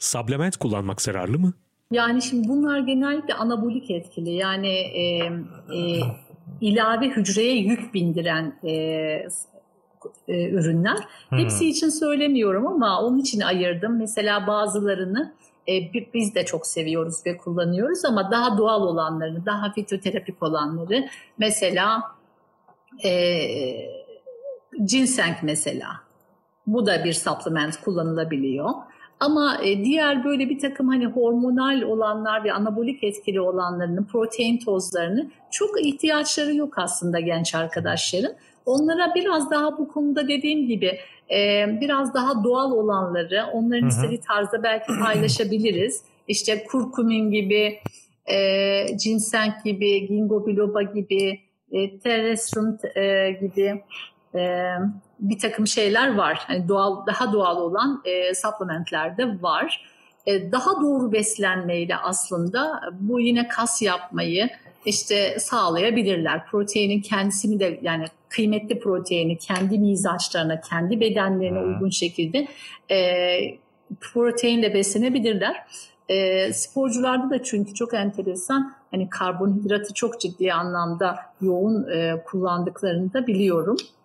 Supplement kullanmak zararlı mı? Yani şimdi bunlar genellikle anabolik etkili. Yani ilave hücreye yük bindiren ürünler. Hepsi için söylemiyorum ama onun için ayırdım. Mesela bazılarını biz de çok seviyoruz ve kullanıyoruz ama daha doğal olanlarını, daha fitoterapik olanları, mesela ginseng mesela. Bu da bir supplement, kullanılabiliyor. Ama diğer böyle bir takım hani hormonal olanlar ve anabolik etkili olanlarının protein tozlarını çok ihtiyaçları yok aslında genç arkadaşların. Onlara biraz daha bu konuda dediğim gibi biraz daha doğal olanları onların istediği tarzda belki paylaşabiliriz. İşte kurkumin gibi, ginseng gibi, ginkgo biloba gibi, terrestrium gibi bir takım şeyler var. Yani daha doğal olan supplementler de var. Daha doğru beslenmeyle aslında bu yine kas yapmayı işte sağlayabilirler. Proteinin kendisini de, yani kıymetli proteini kendi mizaçlarına, kendi bedenlerine uygun şekilde proteinle beslenebilirler. Sporcularda da çünkü çok enteresan, hani karbonhidratı çok ciddi anlamda yoğun kullandıklarını da biliyorum.